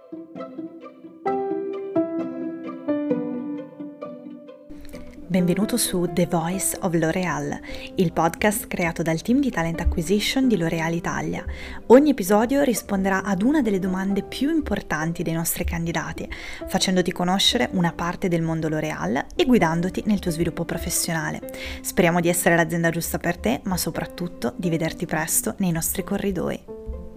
Benvenuto su The Voice of L'Oréal, il podcast creato dal team di Talent Acquisition di L'Oréal Italia. Ogni episodio risponderà ad una delle domande più importanti dei nostri candidati, facendoti conoscere una parte del mondo L'Oréal e guidandoti nel tuo sviluppo professionale. Speriamo di essere l'azienda giusta per te, ma soprattutto di vederti presto nei nostri corridoi.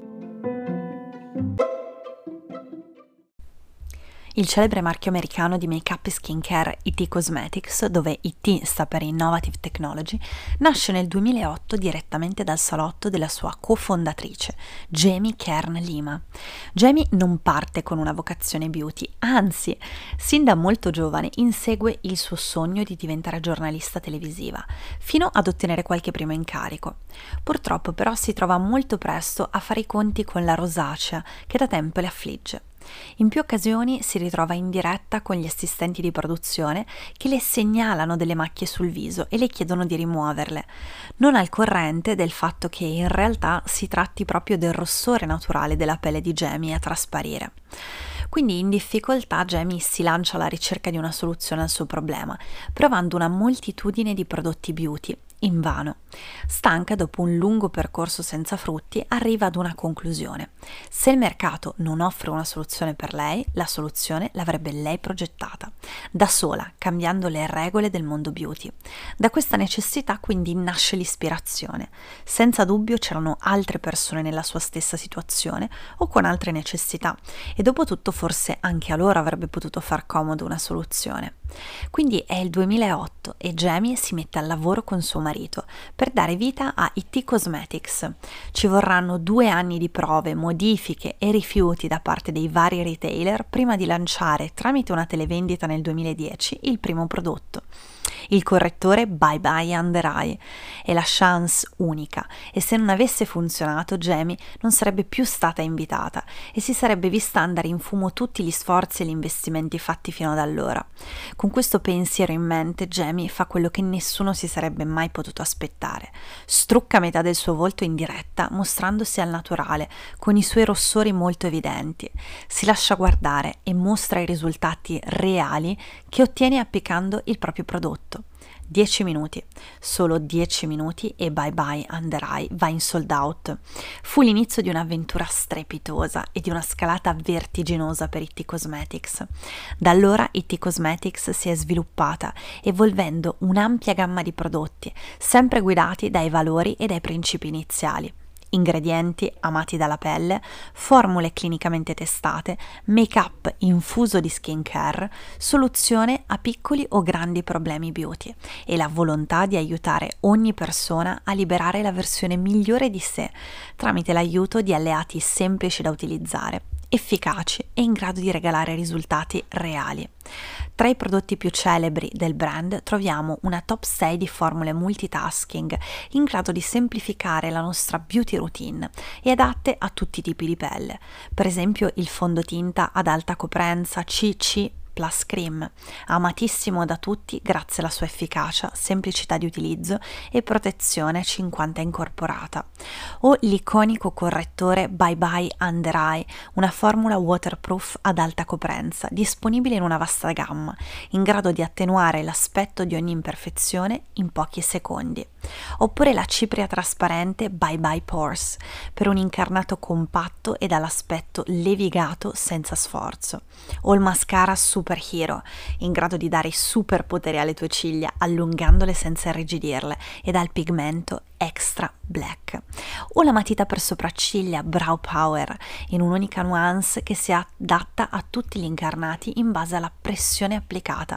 Il celebre marchio americano di make-up e skincare IT Cosmetics, dove IT sta per Innovative Technology, nasce nel 2008 direttamente dal salotto della sua cofondatrice, Jamie Kern Lima. Jamie non parte con una vocazione beauty, anzi, sin da molto giovane insegue il suo sogno di diventare giornalista televisiva, fino ad ottenere qualche primo incarico. Purtroppo però si trova molto presto a fare i conti con la rosacea che da tempo le affligge. In più occasioni si ritrova in diretta con gli assistenti di produzione che le segnalano delle macchie sul viso e le chiedono di rimuoverle, non al corrente del fatto che in realtà si tratti proprio del rossore naturale della pelle di Jamie a trasparire. Quindi in difficoltà Jamie si lancia alla ricerca di una soluzione al suo problema, provando una moltitudine di prodotti beauty. Invano. Stanca, dopo un lungo percorso senza frutti, arriva ad una conclusione. Se il mercato non offre una soluzione per lei, la soluzione l'avrebbe lei progettata, da sola, cambiando le regole del mondo beauty. Da questa necessità quindi nasce l'ispirazione. Senza dubbio c'erano altre persone nella sua stessa situazione o con altre necessità, e dopo tutto forse anche a loro avrebbe potuto far comodo una soluzione. Quindi è il 2008 e Jamie si mette al lavoro con suo marito per dare vita a IT Cosmetics. Ci vorranno 2 anni di prove, modifiche e rifiuti da parte dei vari retailer prima di lanciare tramite una televendita nel 2010 il primo prodotto. Il correttore Bye Bye Under Eye è la chance unica, e se non avesse funzionato Jamie non sarebbe più stata invitata e si sarebbe vista andare in fumo tutti gli sforzi e gli investimenti fatti fino ad allora. Con questo pensiero in mente Jamie fa quello che nessuno si sarebbe mai potuto aspettare: strucca metà del suo volto in diretta mostrandosi al naturale con i suoi rossori molto evidenti, si lascia guardare e mostra i risultati reali che ottiene applicando il proprio prodotto. 10 minuti, solo 10 minuti e Bye Bye Under Eye va in sold out. Fu l'inizio di un'avventura strepitosa e di una scalata vertiginosa per IT Cosmetics. Da allora IT Cosmetics si è sviluppata, evolvendo un'ampia gamma di prodotti, sempre guidati dai valori e dai principi iniziali. Ingredienti amati dalla pelle, formule clinicamente testate, make-up infuso di skincare, soluzione a piccoli o grandi problemi beauty e la volontà di aiutare ogni persona a liberare la versione migliore di sé tramite l'aiuto di alleati semplici da utilizzare, efficaci e in grado di regalare risultati reali. Tra i prodotti più celebri del brand troviamo una top 6 di formule multitasking in grado di semplificare la nostra beauty routine e adatte a tutti i tipi di pelle. Per esempio il fondotinta ad alta coprenza CC Plus Cream, amatissimo da tutti grazie alla sua efficacia, semplicità di utilizzo e protezione 50 incorporata, o l'iconico correttore Bye Bye Under Eye, una formula waterproof ad alta coprenza, disponibile in una vasta gamma, in grado di attenuare l'aspetto di ogni imperfezione in pochi secondi, oppure la cipria trasparente Bye Bye Pores, per un incarnato compatto e dall'aspetto levigato senza sforzo, o il mascara Superhero, in grado di dare superpoteri alle tue ciglia, allungandole senza irrigidirle, e dal pigmento Extra Black, o la matita per sopracciglia Brow Power, in un'unica nuance che si adatta a tutti gli incarnati in base alla pressione applicata.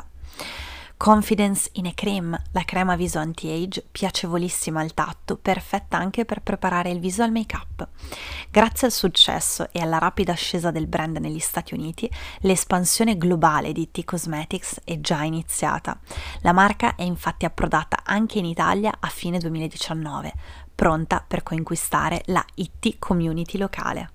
Confidence in a Cream, la crema viso anti-age piacevolissima al tatto, perfetta anche per preparare il viso al make-up. Grazie al successo e alla rapida ascesa del brand negli Stati Uniti, l'espansione globale di IT Cosmetics è già iniziata. La marca è infatti approdata anche in Italia a fine 2019, pronta per conquistare la IT community locale.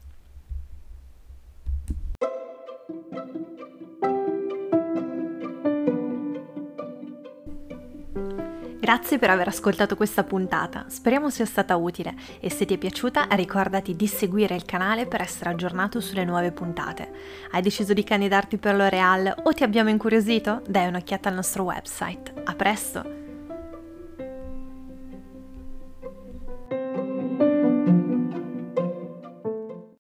Grazie per aver ascoltato questa puntata, speriamo sia stata utile e se ti è piaciuta ricordati di seguire il canale per essere aggiornato sulle nuove puntate. Hai deciso di candidarti per L'Oréal o ti abbiamo incuriosito? Dai un'occhiata al nostro website. A presto!